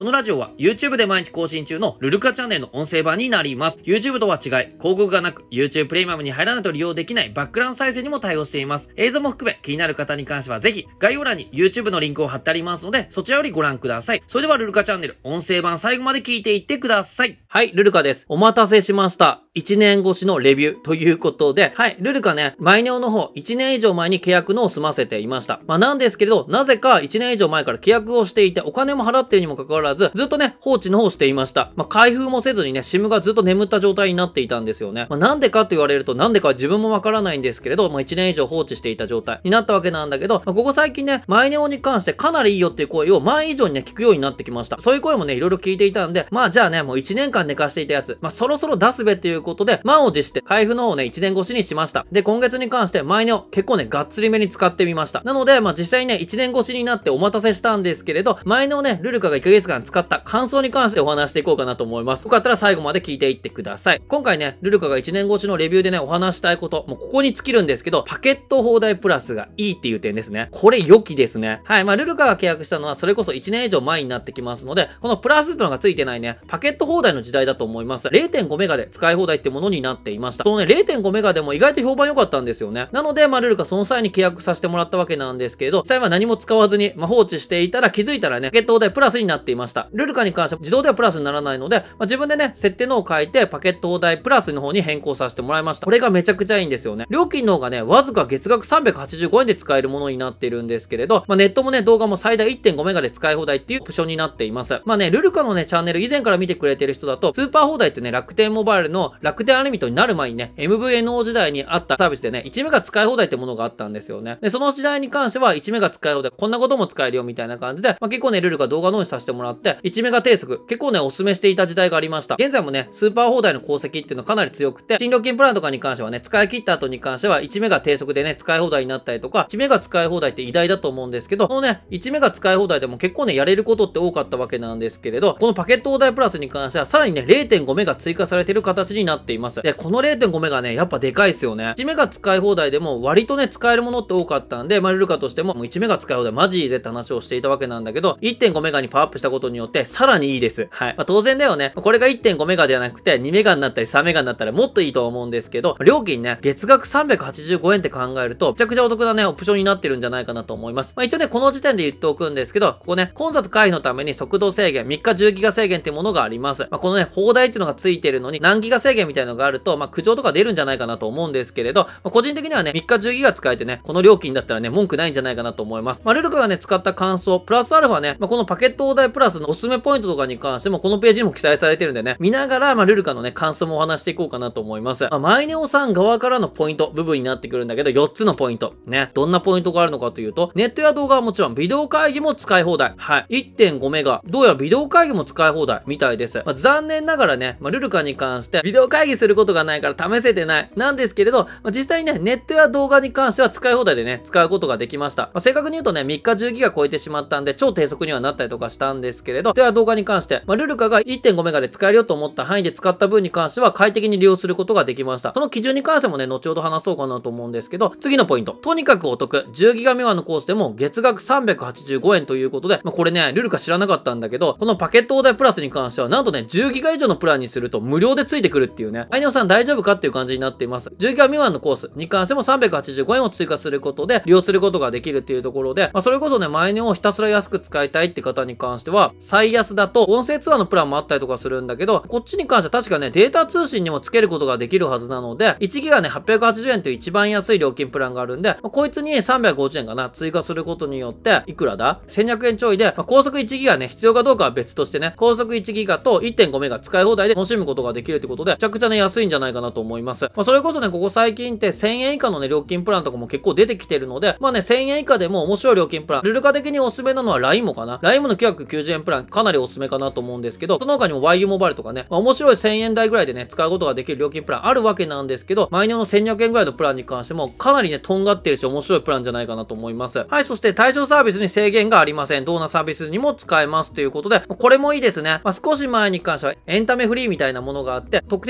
このラジオは YouTube で毎日更新中のルルカチャンネルの音声版になります。YouTube とは違い、広告がなく YouTube プレミアムに入らないと利用できないバックグラウンド再生にも対応しています。映像も含め気になる方に関してはぜひ概要欄に YouTube のリンクを貼ってありますので、そちらよりご覧ください。それではルルカチャンネル音声版最後まで聞いていってください。はい、ルルカです。お待たせしました。1年越しのレビューということで、はい、ルルカね、マイネオの方、1年以上前に契約のを済ませていました。なんですけれど、なぜか1年以上前から契約をしていて、お金も払っているにもかかわらず、ずっとね、放置の方をしていました。開封もせずにね、SIM がずっと眠った状態になっていたんですよね。なんでかと言われると、なんでか自分もわからないんですけれど、1年以上放置していた状態になったわけなんだけど、ここ最近ね、マイネオに関してかなりいいよっていう声を前以上にね、聞くようになってきました。そういう声もね、いろいろ聞いていたんで、じゃあね、もう1年間寝かしていたやつ、そろそろ出すべっていうことで、満を持して、開封の方をね、1年越しにしました。で、今月に関して、マイネオ、結構ね、がっつりめに使ってみました。なので、実際にね、1年越しになってお待たせしたんですけれど、マイネオね、ルルカが1ヶ月間使った感想に関してお話していこうかなと思います。よかったら最後まで聞いていってください。今回ね、ルルカが1年越しのレビューでね、お話したいこと、もうここに尽きるんですけど、パケット放題プラスがいいっていう点ですね。これ良きですね。はい。ルルカが契約したのは、それこそ1年以上前になってきますので、このプラスってのがついてないね、パケット放題の時代だと思います。0.5 メガで使い放題ってものになっていました。そのね、0.5 メガでも意外と評判良かったんですよね。なので、ルルカその際に契約させてもらったわけなんですけれど、実際は何も使わずに、放置していたら気づいたらね、パケット放題プラスになっていました。ルルカに関しては自動ではプラスにならないので、自分でね、設定のを変えて、パケット放題プラスの方に変更させてもらいました。これがめちゃくちゃいいんですよね。料金の方がね、わずか月額385円で使えるものになっているんですけれど、ネットもね、動画も最大 1.5 メガで使い放題っていうオプションになっています。ルルカのね、チャンネル以前から見てくれてる人だと、スーパー放題ってね、楽天モバイルの楽天アンリミットになる前にね、MVNO 時代にあったサービスでね、1メガ使い放題ってものがあったんですよね。で、その時代に関しては1メガ使い放題、こんなことも使えるよみたいな感じで、結構ね、ルルカ動画の方にさせてもらって、1メガ低速、結構ね、お勧めしていた時代がありました。現在もね、スーパー放題の功績っていうのはかなり強くて、新料金プランとかに関してはね、使い切った後に関しては1メガ低速でね、使い放題になったりとか、1メガ使い放題って偉大だと思うんですけど、このね、1メガ使い放題でも結構ね、やれることって多かったわけなんですけれど、このパケット放題プラスに関してはさらにね、0.5 メガ追加されてる形になっています。で、この 0.5 メガね、やっぱでかいですよね。1メガ使い放題でも割とね、使えるものって多かったんで、ルルカとしても1メガ使い放題マジいいぜって話をしていたわけなんだけど、1.5 メガにパワーアップしたことによってさらにいいです。はい。当然だよね。これが 1.5 メガではなくて2メガになったり3メガになったらもっといいとは思うんですけど、料金ね、月額385円って考えると、めちゃくちゃお得なね、オプションになってるんじゃないかなと思います。一応ね、この時点で言っておくんですけど、ここね、混雑回避のために速度制限、3日10ギガ制限ってものがあります。このね、放題っていうのがついてるのに何ギガ制限みたいなのがあると、苦情とか出るんじゃないかなと思うんですけれど、個人的にはね、3日10ギガ使えてね、この料金だったらね、文句ないんじゃないかなと思います。ルルカがね、使った感想、プラスアルファね、このパケット放題プラスのおすすめポイントとかに関しても、このページにも記載されてるんでね、見ながら、ルルカのね、感想もお話していこうかなと思います。マイネオさん側からのポイント、部分になってくるんだけど、4つのポイント。ね、どんなポイントがあるのかというと、ネットや動画はもちろん、ビデオ会議も使い放題。はい。1.5 メガ。どうやらビデオ会議も使い放題みたいです。残念ながらね、ルルカに関して、ビデオ会議することがないから試せてない。なんですけれど、実際にね、ネットや動画に関しては使い放題でね、使うことができました。正確に言うとね、3日10ギガ超えてしまったんで、超低速にはなったりとかしたんですけれど、では動画に関して、ルルカが 1.5 メガで使えるよと思った範囲で使った分に関しては快適に利用することができました。その基準に関してもね、後ほど話そうかなと思うんですけど、次のポイント。とにかくお得。10ギガ未満のコースでも月額385円ということで、これね、ルルカ知らなかったんだけど、このパケット放題プラスに関しては、なんとね、10ギガ以上のプランにすると無料でついてくるっていうね、マイネオさん大丈夫かっていう感じになっています。10ギガ未満のコースに関しても385円を追加することで利用することができるっていうところで、それこそね、マイネオをひたすら安く使いたいって方に関しては、最安だと音声通話のプランもあったりとかするんだけど、こっちに関しては確かね、データ通信にもつけることができるはずなので、1ギガね、880円という一番安い料金プランがあるんで、こいつに350円かな、追加することによって、いくらだ ?1200 円ちょいで、高速1ギガね、必要かどうかは別としてね、高速1ギガと 1.5 メガ使い放題で楽しむことができるってことで、めちゃくちゃね、安いんじゃないかなと思います。それこそね、ここ最近って1000円以下のね、料金プランとかも結構出てきてるので、1000円以下でも面白い料金プラン、ルルカ的におすすめなのは LINE かな。LINE の990円プラン、かなりおすすめかなと思うんですけど、その他にも YU モバイルとかね、面白い1000円台ぐらいでね、使うことができる料金プランあるわけなんですけど、マイネオの1200円ぐらいのプランに関しても、かなりね、とんがってるし、面白いプランじゃないかなと思います。はい、そして対象サービスに制限がありません。どんなサービスにも使えますということで、これもいいですね。少し前に関してはエンタメフリーみたいなものがあって、特定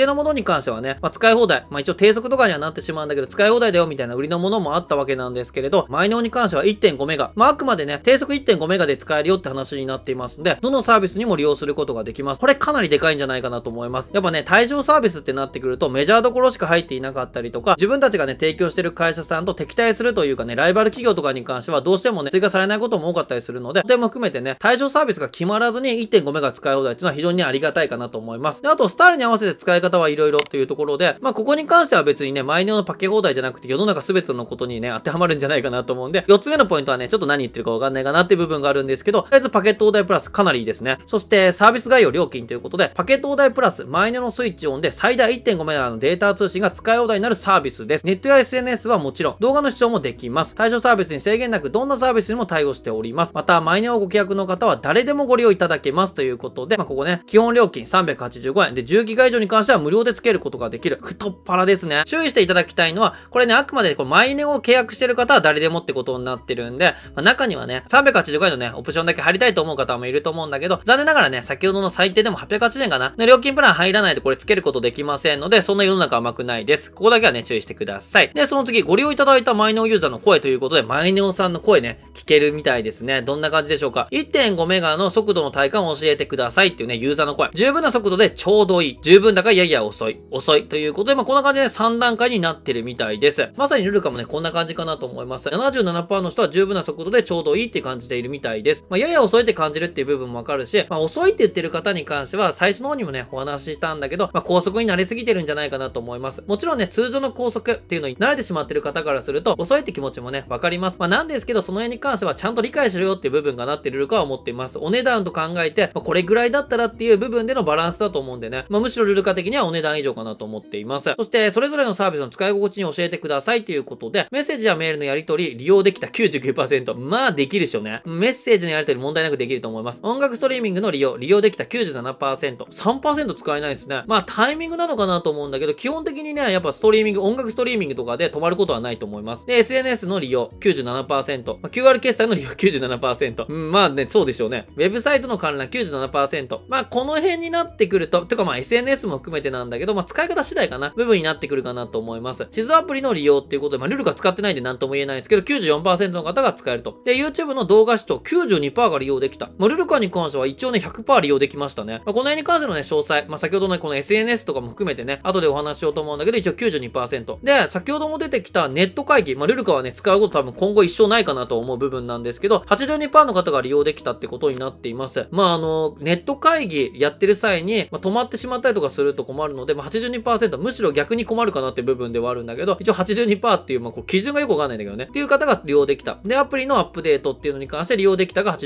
定のものに関してはね、使い放題。一応低速とかにはなってしまうんだけど、使い放題だよみたいな売りのものもあったわけなんですけれど、マイネオに関しては 1.5 メガ。あくまでね、低速 1.5 メガで使えるよって話になっていますんで、どのサービスにも利用することができます。これかなりでかいんじゃないかなと思います。やっぱね、対象サービスってなってくると、メジャーどころしか入っていなかったりとか、自分たちがね、提供してる会社さんと敵対するというかね、ライバル企業とかに関してはどうしてもね、追加されないことも多かったりするので、とても含めてね、対象サービスが決まらずに 1.5 メガ使い放題っていうのは非常にありがたいかなと思います。で、あと、スタイルに合わせて使い方はいろいろというところで、ここに関しては別にね、マイネオのパケ放題じゃなくて世の中全てのことにね、当てはまるんじゃないかなと思うんで、4つ目のポイントはね、ちょっと何言ってるかわかんないかなっていう部分があるんですけど、とりあえずパケット放題プラスかなりいいですね。そしてサービス概要料金ということで、パケット放題プラスマイネオのスイッチオンで最大 1.5 メガのデータ通信が使い放題になるサービスです。ネットや SNS はもちろん、動画の視聴もできます。対象サービスに制限なくどんなサービスにも対応しております。また、マイネオご契約の方は誰でもご利用いただけますということで、ここね、基本料金385円で10ギガ以上に関しては無料でつけることができる。太っ腹ですね。注意していただきたいのは、これね、あくまでこれマイネオを契約してる方は誰でもってことになってるんで、中にはね、385円のね、オプションだけ入りたいと思う方もいると思うんだけど、残念ながらね、先ほどの最低でも880円かな。料金プラン入らないとこれつけることできませんので、そんな世の中甘くないです。ここだけはね、注意してください。で、その次、ご利用いただいたマイネオユーザーの声ということで、マイネオさんの声ね、聞けるみたいですね。どんな感じでしょうか。1.5 メガの速度の体感を教えてくださいっていうね、ユーザーの声。十分な速度でちょうどいい。十分だからやや遅い。遅いということで、こんな感じで3段階になってるみたいです。まさにルルカもね、こんな感じかなと思います。77% の人は十分な速度でちょうどいいって感じているみたいです。やや遅いって感じるっていう部分もわかるし、遅いって言ってる方に関しては、最初の方にもね、お話ししたんだけど、高速に慣れすぎてるんじゃないかなと思います。もちろんね、通常の高速っていうのに慣れてしまってる方からすると、遅いって気持ちもね、わかります。なんですけど、その辺に関してはちゃんと理解しろよっていう部分がなってるかは思っています。お値段と考えて、これぐらいだったらっていう部分でのバランスだと思うんでね、むしろルルカ的にはお値段以上かなと思っています。そして、それぞれのサービスの使い心地に教えてくださいということで、メッセージやメールのやり取り、利用できた 99%。できるでしょうね。メッセージのやり取り問題なくできると思います。音楽ストリーミングの利用できた 97%。3% 使えないですね。タイミングなのかなと思うんだけど、基本的にね、やっぱ音楽ストリーミングとかで止まることはないと思います。で、SNS の利用 97%。QR 決済の利用 97%。そうでしょうね。ウェブサイトの観覧 97%。この辺になってくると、SNS も含めてなんだけど、使い方次第かな部分になってくるかなと思います。地図アプリの利用っていうことで、ルルが使ってないんで何とも言えないんですけど、94% の方が使えると。で、YouTube の動画視聴 92% が利用できた。ルルカに関しては一応ね、100% 利用できましたね。この辺に関してのね、詳細。先ほどのこの SNS とかも含めてね、後でお話ししようと思うんだけど、一応 92%。で、先ほども出てきたネット会議。ルルカはね、使うこと多分今後一生ないかなと思う部分なんですけど、82% の方が利用できたってことになっています。ネット会議やってる際に、止まってしまったりとかすると困るので、82%、むしろ逆に困るかなって部分ではあるんだけど、一応 82% っていう、基準がよくわかんないんだけどね。っていう方が利用できた。で、アプリのアップデートっていうのに関して利用できたが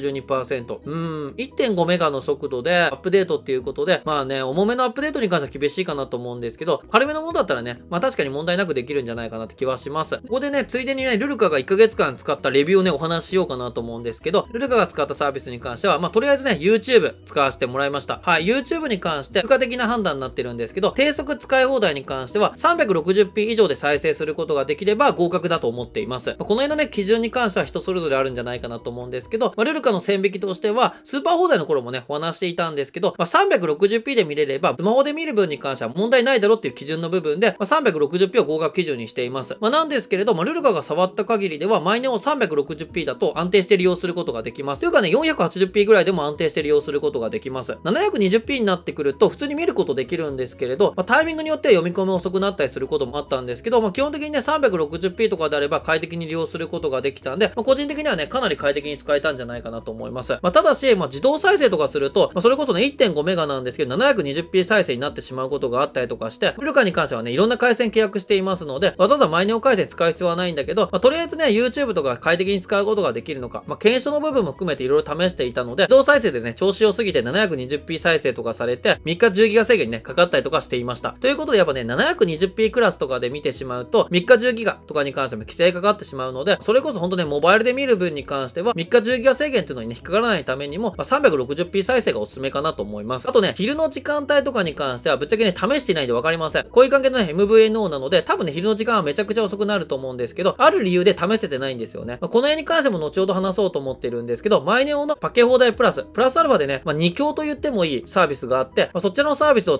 82%。1.5 メガの速度でアップデートっていうことで、重めのアップデートに関しては厳しいかなと思うんですけど、軽めのものだったらね、確かに問題なくできるんじゃないかなって気はします。ここでね、ついでにね、ルルカが1ヶ月間使ったレビューをね、お話ししようかなと思うんですけど、ルルカが使ったサービスに関しては、とりあえずね、YouTube 使わせてもらいました。はい、YouTube に関して、付加的な判断になってるんですけど、低速使い放題に関しては、360p 以上で再生することができれば合格だと思っています。この辺のね、基準に関しては人それぞれあるんじゃないかなと思うんですけど、ルルカの線引きとしては、スーパー放題の頃もね、お話していたんですけど、360p で見れれば、スマホで見る分に関しては問題ないだろっていう基準の部分で、360p を合格基準にしています。なんですけれど、ルルカが触った限りでは、マイネオ 360p だと安定して利用することができます。というかね、480p ぐらいでも安定して利用することができます。720p になってくると、普通に見ることできるんですけれど、タイミングによっては読み込み遅くなったりすることもあったんですけど、基本的にね、360p とかであれば快適に利用することができたんで、個人的にはね、かなり快適に使えたんじゃないかなと思います。ただし、自動再生とかすると、それこそね、1.5 メガなんですけど、720p 再生になってしまうことがあったりとかして、ルルカに関してはね、いろんな回線契約していますので、わざわざマイネオ回線使う必要はないんだけど、とりあえずね、YouTube とか快適に使うことができるのか、検証の部分も含めていろいろ試していたので、自動再生でね、調子良すぎて 720p 再生とかされて、3日10ギガ制限にね、かかったりとかしていました。ということで、やっぱね、720p クラスとかで見てしまうと、3日10ギガとかに関しても規制かかってしまうので、それこそ本当ね、モバイルで見る分に関しては、3日10ギガ制限っていうのにね、引っかからないためにも、360p 再生がおすすめかなと思います。あとね、昼の時間帯とかに関しては、ぶっちゃけね、試していないんでわかりません。こういう関係のね、MVNO なので、多分ね、昼の時間はめちゃくちゃ遅くなると思うんですけど、ある理由で試せてないんですよね。この辺に関しても後ほど話そうと思ってるんですけど、マイネオのパケ放題プラスアルファでね、2強と言ってもいいサービスがあって、そちらのサービスを試すた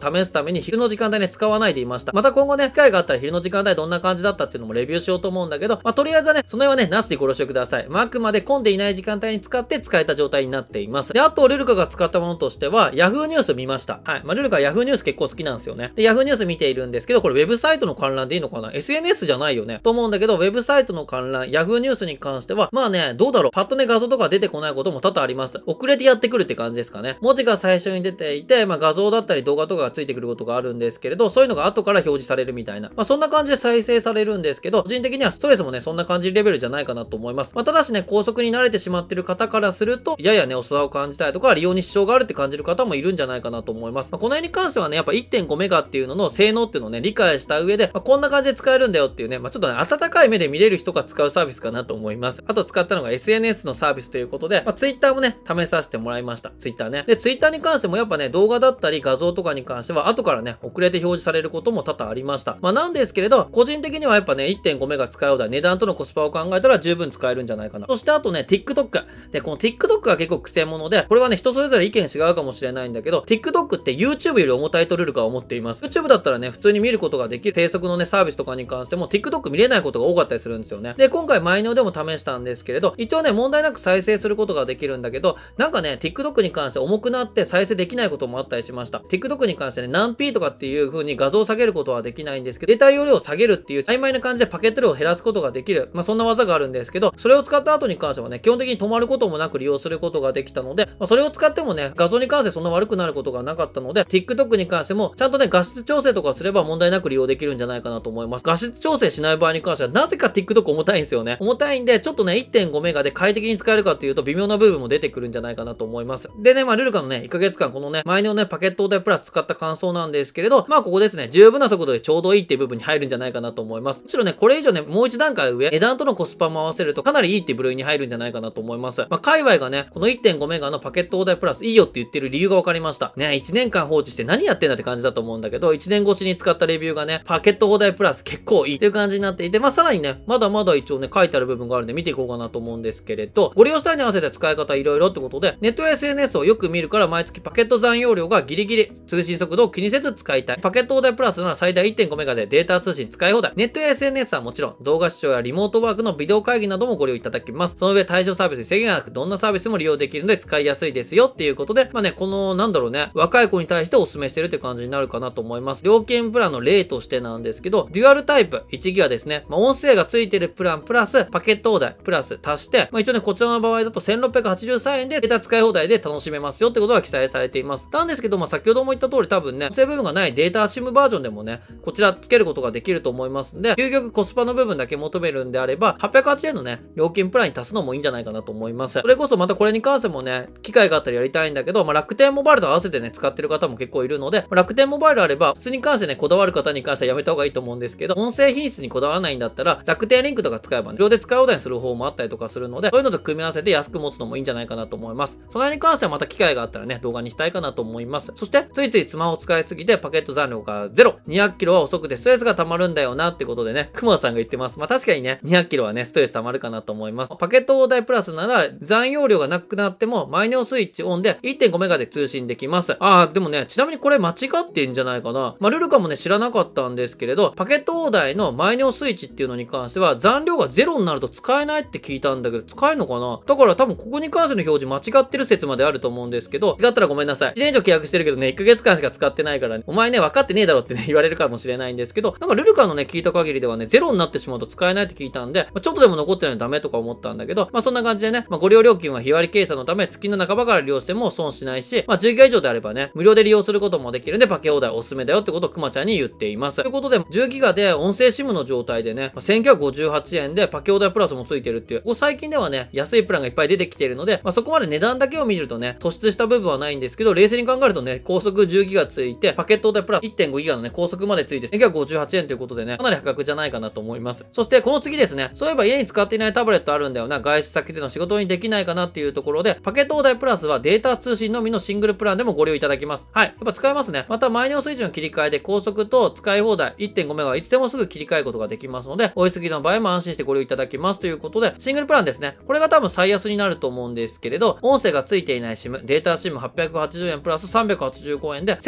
めに昼の時間帯ね、使わないでいました。また今後ね、機会があったら昼の時間帯どんな感じだったっていうのもレビューしようと思うんだけど、とりあえずはね、その辺はね、なしでご了承ください。あくまで混んでいない時間帯に使って使えた状態になっています。で、あと、ルルカが使ったものとしては、Yahoo ニュース見ました。はい。ルルカは Yahoo ニュース結構好きなんですよね。で、Yahoo ニュース見ているんですけど、これウェブサイトの観覧でいいのかな？ SNS じゃないよね。と思うんだけど、ウェブサイトの観覧、Yahoo ニュースに関しては、どうだろう。パッとね、画像とか出てこないことも多々あります。遅れてやってくるって感じですかね。文字が最初に出ていて、画像だったり動画とかがついてくることがあるんですけれど、そういうのが後から表示されるみたいな。そんな感じで再生されるんですけど、個人的にはストレスもね、そんな感じレベルじゃないかなと思います。ただしね、高速に慣れてしまってる方からすると、ややね、遅さを感じたりとか、利用に支障があるって感じる方もいるんじゃないかなと思います。この辺に関してはね、やっぱ 1.5 メガっていうのの性能っていうのをね、理解した上で、こんな感じで使えるんだよっていうね、ちょっとね、温かい目で見れる人が使うサービスかなと思います。あと使ったのが SNS のサービスということで、Twitter もね、試させてもらいました。Twitter ね。で、Twitter に関してもやっぱね、動画だったり画像とかに関しては、後からね、遅れて表示されることも多々ありました。なんですけれど、個人的にはやっぱね、1.5 メガ使うようだ、値段とのコスパを考えたら十分使えるんじゃないかな。そしてあとね、TikTok。で、この TikTok が結構癖者で、これはね、人それぞれ意見違うかもしれないんだけど、TikTok って YouTube より重たいとルルカは思っています。YouTube だったらね、普通に見ることができる低速のね、サービスとかに関しても TikTok 見れないことが多かったりするんですよね。で、今回マイノでも試したんですけれど、一応ね、問題なく再生することができるんだけど、なんかね、TikTok に関して重くなって再生できないこともあったりしました。TikTok に関してね、何 P とかっていう風に画像を下げることはできないんですけど、データ容量を下げるっていう曖昧な感じでパケット量を減らすことができる。そんな技があるんですけど、それを使った後に関してはね、基本的に止まることもなく利用することができたので、それを使ってもね、画像に関してそんな悪くなることがなかったので、TikTok に関しても、ちゃんとね、画質調整とかすれば問題なく利用できるんじゃないかなと思います。画質調整しない場合に関しては、なぜか TikTok 重たいんですよね。重たいんで、ちょっとね、1.5 メガで快適に使えるかっていうと、微妙な部分も出てくるんじゃないかなと思います。でね、ルルカのね、1ヶ月間、このね、前のね、パケットオーダープラス使った感想なんですけれど、ここですね、十分な速度でちょうどいいっていう部分に入るんじゃないかなと思います。むしろね、これ以上ね、もう一段階上、値段とのコスパも合わせるとかなりいいっていう部類に入るんじゃないかなと思います。界隈がね、この 1.5 メガのパケットオーダープラスいいよって言ってる理由が分かりました。ね、1年間放置して何やってんだって感じだと思うんだけど、1年越しに使ったレビューがね、パケットオーダープラス結構いいっていう感じになっていて、さらにね、まだまだ一応ね、書いてある部分があるんで見ていこうかなと思うんですけれど、ご利用したいに合わせて使い方いろいろってことで、ネットや SNS をよく見るから毎月パケット残容量がギリギリ、通信速度を気にせず使いたい。パケットオーダープラスなら最大 1.5 メガでデータ通信使い放題。ネットや SNS はもちろん、動画視聴やリモートワークのビデオ会議などもご利用いただけます。その上対象サービスに制限がなく、どんなサービスも利用できるので使いやすいですよっていうことで、この、若い子に対してお勧めしてるって感じになるかなと思います。料金プランの例としてなんですけど、デュアルタイプ1ギガですね。音声がついてるプランプラス、パケットオーダープラス足して、一応ね、こちらの場合だと1683円でデータ使い放題で楽しめますよってことが記載されています。なんですけど、先ほども言った通り多分ね、音声部分がないデータ SIM バージョンでもね、こちらつけることができると思いますんで、究極コスパの部分だけ求めるんであれば、880円のね、料金プランに足すのもいいんじゃないかなと思います。それこそまたこれに関してもね、機会があったらやりたいんだけど、楽天モバイルと合わせてね、使ってる方も結構いるので、楽天モバイルあれば、普通に関してね、こだわる方に関してはやめた方がいいと思うんですけど、音声品質にこだわらないんだったら、楽天リンクとか使えば、無料で使い放題にする方もあったりとかするので、そういうのと組み合わせて安く持つのもいいんじゃないかなと思います。その辺に関してはまた機会があったらね、動画にしたいかなと思います。そして、ついついスマホを使いすぎてパケット残量が0、200キロは遅くてストレスが溜まるんだよなってことでね、熊さんが言ってます。確かにね、200キロはね、ストレス溜まるかなと思います。パケットオーダープラスなら、残容量がなくなっても、マイナススイッチオンで 1.5 メガで通信できます。でもね、ちなみにこれ間違ってんじゃないかな。ルルカもね、知らなかったんですけれど、パケットオーダーのマイナススイッチっていうのに関しては、残量が0になると使えないって聞いたんだけど、使えるのかな。だから多分ここに関しての表示間違ってる説まであると思うんですけど、違ったらごめんなさい。1年以上契約してるけどね、1ヶ月間しか使ってないからね、お前ね、分かってねえだろってね、言われるかもしれないんですけど、ルルカのね、聞いた限りではね、0になってしまうと使えないって聞いたんで、ちょっとでも残ってないのダメとか思ったんだけど、そんな感じでね、ご利用料金は日割り計算のため、月の半ばから利用しても損しないし、10ギガ以上であればね、無料で利用することもできるんで、パケオーダーおすすめだよってことをくまちゃんに言っています。ということで、10ギガで音声 SIM の状態でね、1958円でパケオーダープラスもついてるっていう、ここ最近ではね、安いプランがいっぱい出てきているので、そこまで値段だけを見るとね、突出した部分はないんですけど、冷静に考えるとね、高速10ギガついて、パケットオーダープラス 1.5 ギガのね、高速までついて、1958円ということでね、かなり破格じゃないかなと思います。そして、この次ですね、そういえば家に使っていないタブレットあるんだよな、外出先での仕事にできないかなっていうところで、パケットオーダープラスはデータ通信のみのシングルプランでもご利用いただけます。はい。やっぱ使えますね。また、マイナススイッチの切り替えで高速と使い放題 1.5 メガはいつでもすぐ切り替えることができますので、追いすぎの場合も安心してご利用いただけますということで、シングルプランですね。これが多分最安になると思うんですけれど、音声がついていない SIM、データ SIM880 円プラス385円で、1200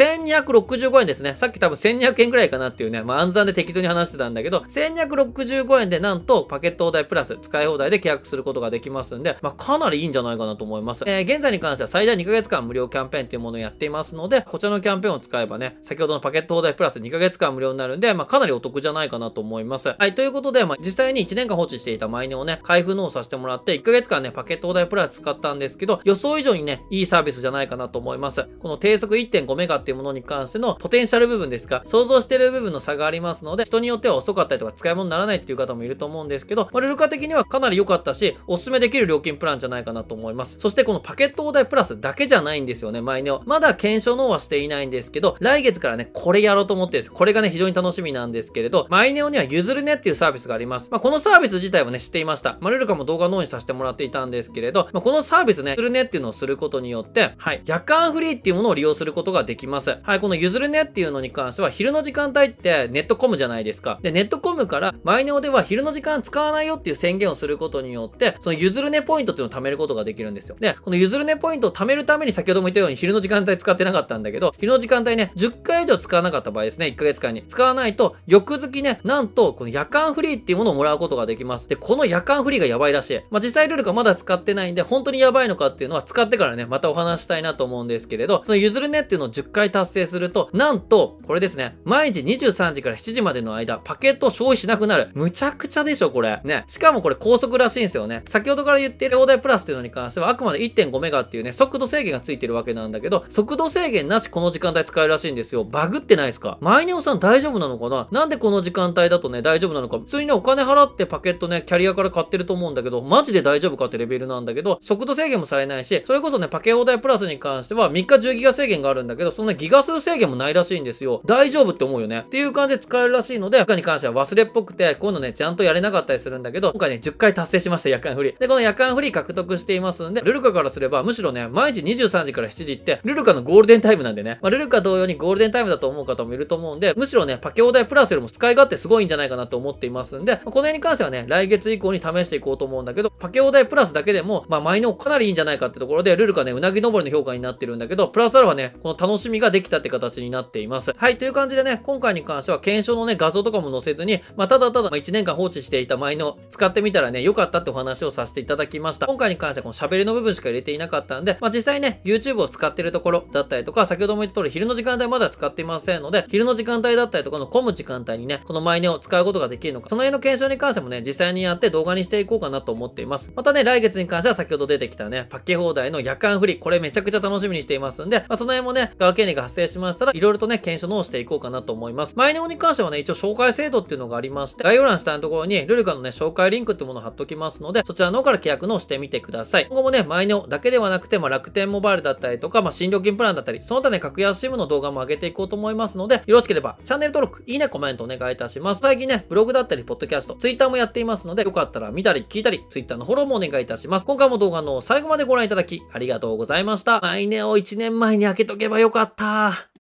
1265円ですね。さっき多分1200円くらいかなっていうね、暗算で適当に話してたんだけど、1265円でなんとパケット放題プラス使い放題で契約することができますんで、かなりいいんじゃないかなと思います。現在に関しては最大2ヶ月間無料キャンペーンっていうものをやっていますので、こちらのキャンペーンを使えばね、先ほどのパケット放題プラス2ヶ月間無料になるんで、かなりお得じゃないかなと思います。はい、ということで、実際に1年間放置していたマイネをね、開封納させてもらって、1ヶ月間ね、パケット放題プラス使ったんですけど、予想以上にね、いいサービスじゃないかなと思います。この低速 1.5 メガっていうものに関してのポテンシャル部分ですか、想像している部分の差がありますので、人によっては遅かったりとか使い物にならないっていう方もいると思うんですけど、ルルカ的にはかなり良かったし、おすすめできる料金プランじゃないかなと思います。そしてこのパケット放題プラスだけじゃないんですよね、マイネオ。まだ検証納はしていないんですけど、来月からね、これやろうと思ってるんです。これがね、非常に楽しみなんですけれど、マイネオには譲るねっていうサービスがあります。このサービス自体はね、知っていました。ルルカも動画納品させてもらっていたんですけれど、このサービスね、譲るねっていうのをすることによって、はい、夜間フリーっていうものを利用することができます。はい、この譲るねっていうのに関しては、昼の時間帯ってネットコムじゃないですか。で、ネットコムから、マイネオでは昼の時間使わないよっていう宣言をすることによって、その譲るねポイントっていうのを貯めることができるんですよ。で、この譲るねポイントを貯めるために先ほども言ったように昼の時間帯使ってなかったんだけど、昼の時間帯ね、10回以上使わなかった場合ですね、1ヶ月間に。使わないと、翌月ね、なんと、この夜間フリーっていうものをもらうことができます。で、この夜間フリーがやばいらしい。実際ルルカまだ使ってないんで、本当にやばいのかっていうのは使ってからね、またお話したいなと思うんですけれど、その譲るねっていうのを10回達成すると、なんと、これですね、毎日23時から7時までの間、パケットを消費しなくなる。むちゃくちゃでしょ、これ。ね。しかもこれ高速らしいんですよね。先ほどから言っている放題プラスっていうのに関しては、あくまで 1.5 メガっていうね、速度制限がついてるわけなんだけど、速度制限なしこの時間帯使えるらしいんですよ。バグってないですか？マイネオさん大丈夫なのかな？なんでこの時間帯だとね、大丈夫なのか。普通にね、お金払ってパケットね、キャリアから買ってると思うんだけど、マジで大丈夫かってレベルなんだけど、速度制限もされないし、それこそね、パケ放題プラスに関しては3日10ギガ制限があるんだけど、そのね、ギガ数制限もないらしいんですよ。大丈夫って思うよね。っていう感じで使えるらしいので、他に関しては忘れっぽくて、今度ね、ちゃんとやれなかったりするんだけど、今回ね、10回達成しました、夜間フリー。で、この夜間フリー獲得していますんで、ルルカからすれば、むしろね、毎日23時から7時って、ルルカのゴールデンタイムなんでね、ルルカ同様にゴールデンタイムだと思う方もいると思うんで、むしろね、パケ放題プラスよりも使い勝手すごいんじゃないかなと思っていますんで、この辺に関してはね、来月以降に試していこうと思うんだけど、パケ放題プラスだけでも、マイネオかなりいいんじゃないかってところで、ルルカね、うなぎ登りの評価になってるんだけど、プラスアルファね、この楽しみができたって形になっています。はい、という感じでね、今回に関しては検証のね、画像とかも載せずに、ただただ1年間放置していたマイネオ使ってみたらね、良かったってお話をさせていただきました。今回に関してはこの喋りの部分しか入れていなかったんで、実際ね、YouTube を使ってるところだったりとか、先ほども言った通り昼の時間帯まだ使っていませんので、昼の時間帯だったりとかの混む時間帯にね、このマイネを使うことができるのか、その辺の検証に関してもね、実際にやって動画にしていこうかなと思っています。またね、来月に関しては先ほど出てきたね、パッケ放題の夜間フリー、これめちゃくちゃ楽しみにしていますんで、その辺もね、側権利が発生しましたら、いろいろとね、検証のをしていこうかなと思います。マイネオに関してはね、一応紹介制度っていうのがありまして、概要欄下のところにルルカのね、紹介リンクってものを貼っときますので、そちらの方から契約のをしてみてください。今後もね、マイネオだけではなくて、楽天モバイルだったりとか、新料金プランだったり、その他ね、格安 SIM の動画も上げていこうと思いますので、よろしければチャンネル登録、いいね、コメントお願いいたします。最近ね、ブログだったり、ポッドキャスト、Twitter もやっていますので、よかったら見たり聞いたり、Twitter のフォローもお願いいたします。今回も動画の最後までご覧いただき、ありがとうございました。マイネオ1年前に開けとけばよかった。